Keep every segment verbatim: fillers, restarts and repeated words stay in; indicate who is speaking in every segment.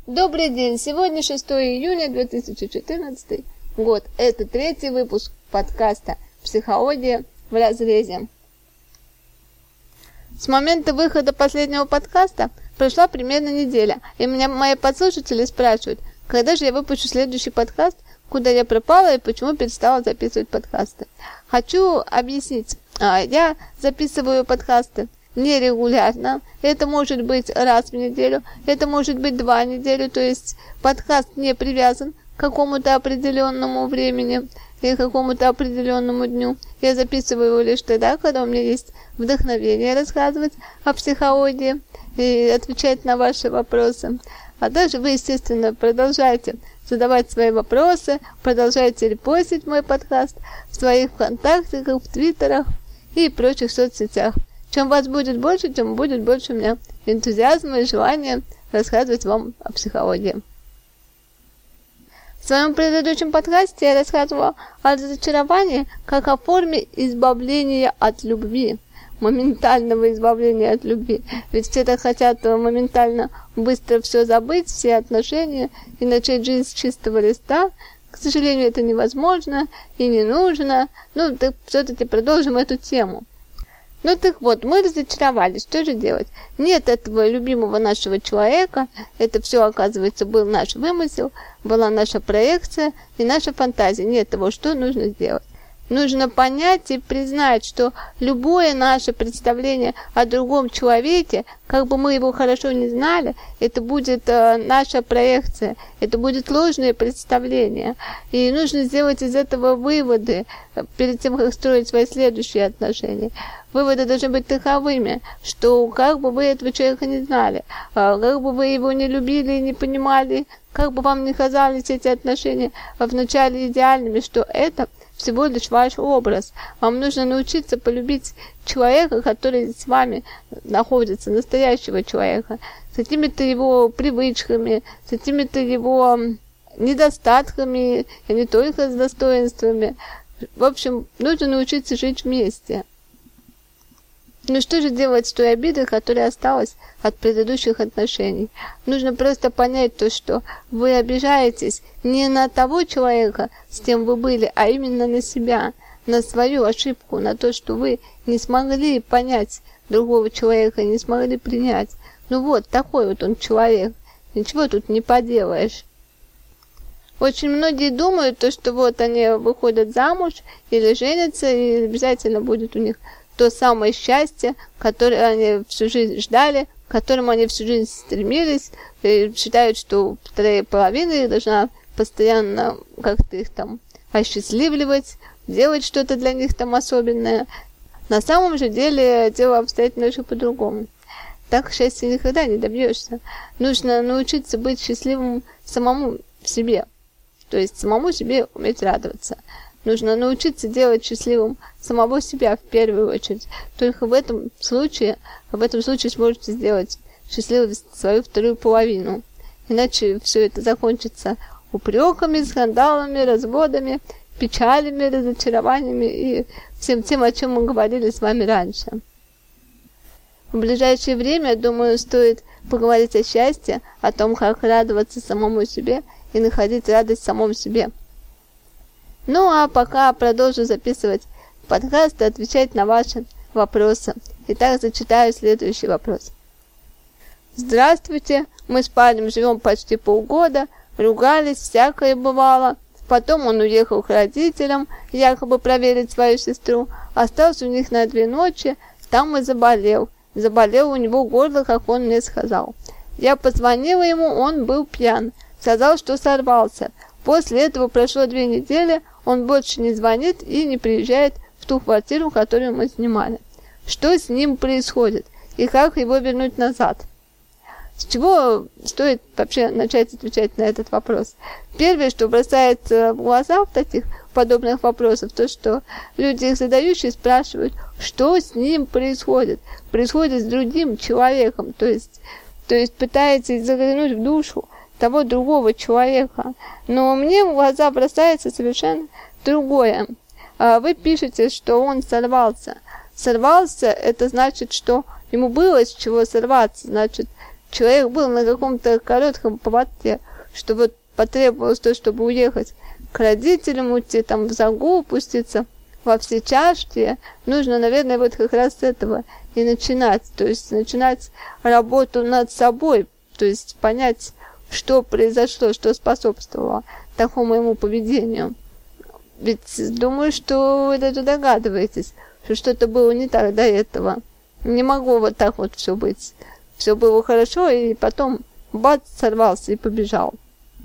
Speaker 1: Добрый день! Сегодня шестого июня две тысячи четырнадцатый год. Это третий выпуск подкаста «Психология в разрезе». С момента выхода последнего подкаста прошла примерно неделя, и меня мои подслушатели спрашивают, когда же я выпущу следующий подкаст, куда я пропала и почему перестала записывать подкасты. Хочу объяснить. Я записываю подкасты нерегулярно. Это может быть раз в неделю, это может быть два в неделю, то есть подкаст не привязан к какому-то определенному времени и к какому-то определенному дню. Я записываю его лишь тогда, когда у меня есть вдохновение рассказывать о психологии и отвечать на ваши вопросы. А также вы, естественно, продолжайте задавать свои вопросы, продолжайте репостить мой подкаст в своих ВКонтактах, в Твиттерах и прочих соцсетях. Чем вас будет больше, тем будет больше у меня энтузиазма и желания рассказывать вам о психологии. В своем предыдущем подкасте я рассказывала о разочаровании как о форме избавления от любви, моментального избавления от любви. Ведь все так хотят моментально быстро все забыть, все отношения и начать жизнь с чистого листа. К сожалению, это невозможно и не нужно. Ну, так все-таки продолжим эту тему. Ну так вот, мы разочаровались, что же делать? Нет этого любимого нашего человека, это все, оказывается, был наш вымысел, была наша проекция и наша фантазия. Нет того, что нужно сделать? Нужно понять и признать, что любое наше представление о другом человеке, как бы мы его хорошо не знали, это будет э, наша проекция, это будет ложное представление. И нужно сделать из этого выводы перед тем, как строить свои следующие отношения. Выводы должны быть таковыми, что как бы вы этого человека не знали, как бы вы его не любили и не понимали, как бы вам не казались эти отношения вначале идеальными, что это всего лишь ваш образ. Вам нужно научиться полюбить человека, который с вами находится, настоящего человека, с какими-то его привычками, с какими-то его недостатками, и не только с достоинствами. В общем, нужно научиться жить вместе. Ну что же делать с той обидой, которая осталась от предыдущих отношений? Нужно просто понять то, что вы обижаетесь не на того человека, с кем вы были, а именно на себя, на свою ошибку, на то, что вы не смогли понять другого человека, не смогли принять. Ну вот, такой вот он человек, ничего тут не поделаешь. Очень многие думают, то, что вот они выходят замуж или женятся, и обязательно будет у них то самое счастье, которое они всю жизнь ждали, к которому они всю жизнь стремились, и считают, что вторая половина их должна постоянно как-то их там осчастливливать, делать что-то для них там особенное. На самом же деле дело обстоит немножко по-другому. Так счастья никогда не добьешься. Нужно научиться быть счастливым самому себе, то есть самому себе уметь радоваться. Нужно научиться делать счастливым самого себя в первую очередь. Только в этом случае, в этом случае сможете сделать счастливой свою вторую половину. Иначе все это закончится упреками, скандалами, разводами, печалями, разочарованиями и всем тем, о чем мы говорили с вами раньше. В ближайшее время, думаю, стоит поговорить о счастье, о том, как радоваться самому себе и находить радость в самом себе. Ну а пока продолжу записывать подкаст и отвечать на ваши вопросы. Итак, зачитаю следующий вопрос. Здравствуйте, мы с парнем живем почти полгода, ругались, всякое бывало. Потом он уехал к родителям, якобы проверить свою сестру, остался у них на две ночи, там и заболел. Заболел у него горло, как он мне сказал. Я позвонила ему, он был пьян, сказал, что сорвался. После этого прошло две недели, он больше не звонит и не приезжает в ту квартиру, которую мы снимали. Что с ним происходит и как его вернуть назад? С чего стоит вообще начать отвечать на этот вопрос? Первое, что бросается в глаза в таких подобных вопросах, то, что люди, их задающие, спрашивают, что с ним происходит. Происходит с другим человеком, то есть, то есть пытаетесь заглянуть в душу того другого человека. Но мне в глаза бросается совершенно другое. Вы пишете, что он сорвался. Сорвался, это значит, что ему было с чего сорваться, значит, человек был на каком-то коротком поводке, что вот потребовалось то, чтобы уехать к родителям, уйти там в загул, пуститься во все чашки, нужно, наверное, вот как раз с этого и начинать, то есть начинать работу над собой, то есть понять, что произошло, что способствовало такому ему поведению. Ведь думаю, что вы даже догадываетесь, что что-то было не так до этого. Не могло вот так вот все быть. Все было хорошо, и потом бац, сорвался и побежал.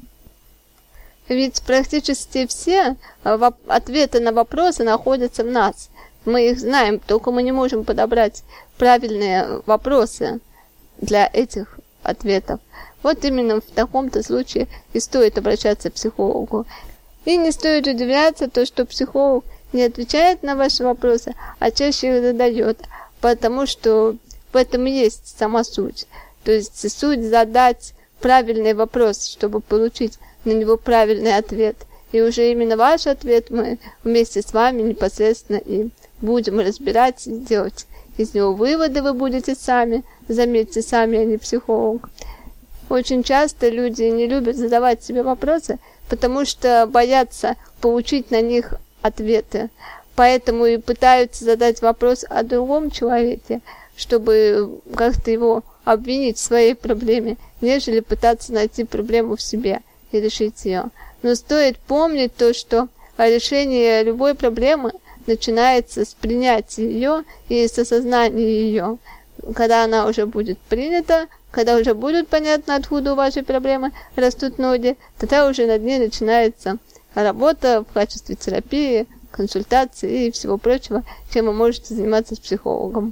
Speaker 1: Ведь практически все ответы на вопросы находятся в нас. Мы их знаем, только мы не можем подобрать правильные вопросы для этих ответов. Вот именно в таком-то случае и стоит обращаться к психологу. И не стоит удивляться, то, что психолог не отвечает на ваши вопросы, а чаще их задает, потому что в этом и есть сама суть. То есть суть задать правильный вопрос, чтобы получить на него правильный ответ. И уже именно ваш ответ мы вместе с вами непосредственно и будем разбирать и делать. Из него выводы вы будете сами, заметьте, сами, а не психолог. Очень часто люди не любят задавать себе вопросы, потому что боятся получить на них ответы. Поэтому и пытаются задать вопрос о другом человеке, чтобы как-то его обвинить в своей проблеме, нежели пытаться найти проблему в себе и решить ее. Но стоит помнить то, что решение любой проблемы начинается с принятия ее и с осознания ее. Когда она уже будет принята, когда уже будет понятно, откуда у вашей проблемы растут ноги, тогда уже над ней начинается работа в качестве терапии, консультации и всего прочего, чем вы можете заниматься с психологом.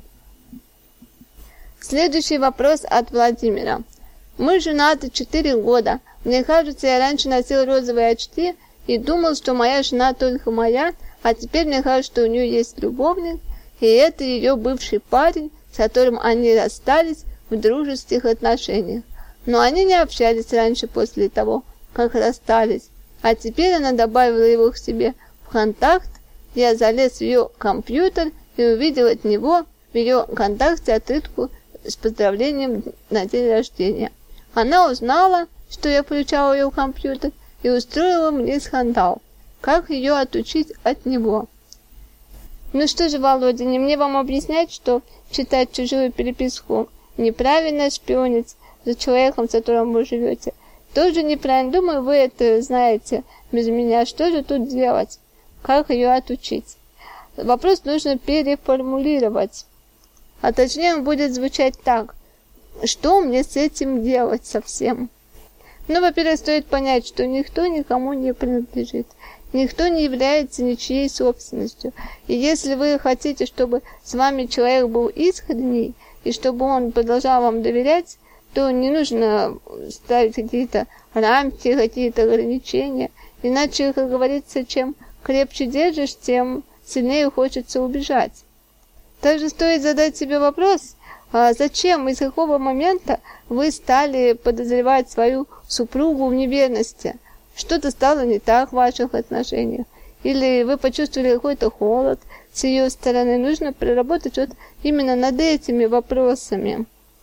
Speaker 1: Следующий вопрос от Владимира. Мы женаты четыре года. Мне кажется, я раньше носил розовые очки и думал, что моя жена только моя, а теперь мне кажется, что у нее есть любовник, и это ее бывший парень, с которым они расстались в дружеских отношениях. Но они не общались раньше после того, как расстались. А теперь она добавила его к себе в контакт. Я залез в ее компьютер и увидел от него в ее контакте открытку с поздравлением на день рождения. Она узнала, что я включал ее в компьютер, и устроила мне скандал. Как ее отучить от него? Ну что же, Володя, не мне вам объяснять, что читать чужую переписку неправильно, шпионить за человеком, с которым вы живете, тоже неправильно. Думаю, вы это знаете без меня. Что же тут делать? Как ее отучить? Вопрос нужно переформулировать. А точнее он будет звучать так. Что мне с этим делать совсем? Ну, во-первых, стоит понять, что никто никому не принадлежит. Никто не является ничьей собственностью. И если вы хотите, чтобы с вами человек был искренний, и чтобы он продолжал вам доверять, то не нужно ставить какие-то рамки, какие-то ограничения. Иначе, как говорится, чем крепче держишь, тем сильнее хочется убежать. Также стоит задать себе вопрос, а зачем, из какого момента вы стали подозревать свою супругу в неверности? Что-то стало не так в ваших отношениях? Или вы почувствовали какой-то холод с ее стороны? Нужно проработать вот именно над этими вопросами.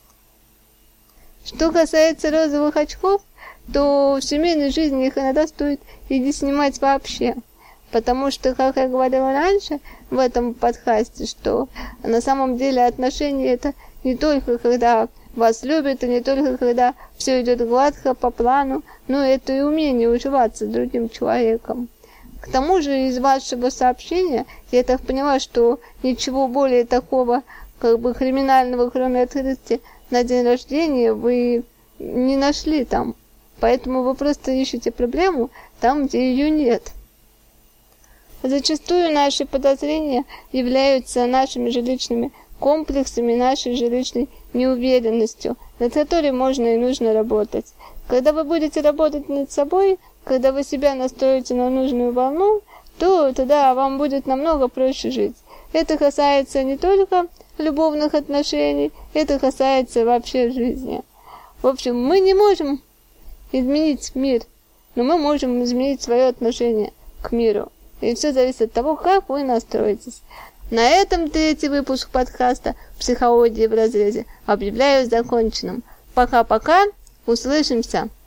Speaker 1: Что касается розовых очков, то в семейной жизни их иногда стоит и не снимать вообще. Потому что, как я говорила раньше в этом подкасте, что на самом деле отношения это не только когда вас любят, и не только когда все идет гладко по плану, но это и умение уживаться с другим человеком. К тому же из вашего сообщения я так поняла, что ничего более такого, как бы криминального, кроме открытия на день рождения, вы не нашли там. Поэтому вы просто ищете проблему там, где ее нет. Зачастую наши подозрения являются нашими жилищными комплексами, нашей жилищной неуверенностью, над которой можно и нужно работать. Когда вы будете работать над собой, когда вы себя настроите на нужную волну, то тогда вам будет намного проще жить. Это касается не только любовных отношений, это касается вообще жизни. В общем, мы не можем изменить мир, но мы можем изменить свое отношение к миру. И все зависит от того, как вы настроитесь. На этом третий выпуск подкаста «Психология в разрезе» объявляю законченным. Пока-пока. Услышимся.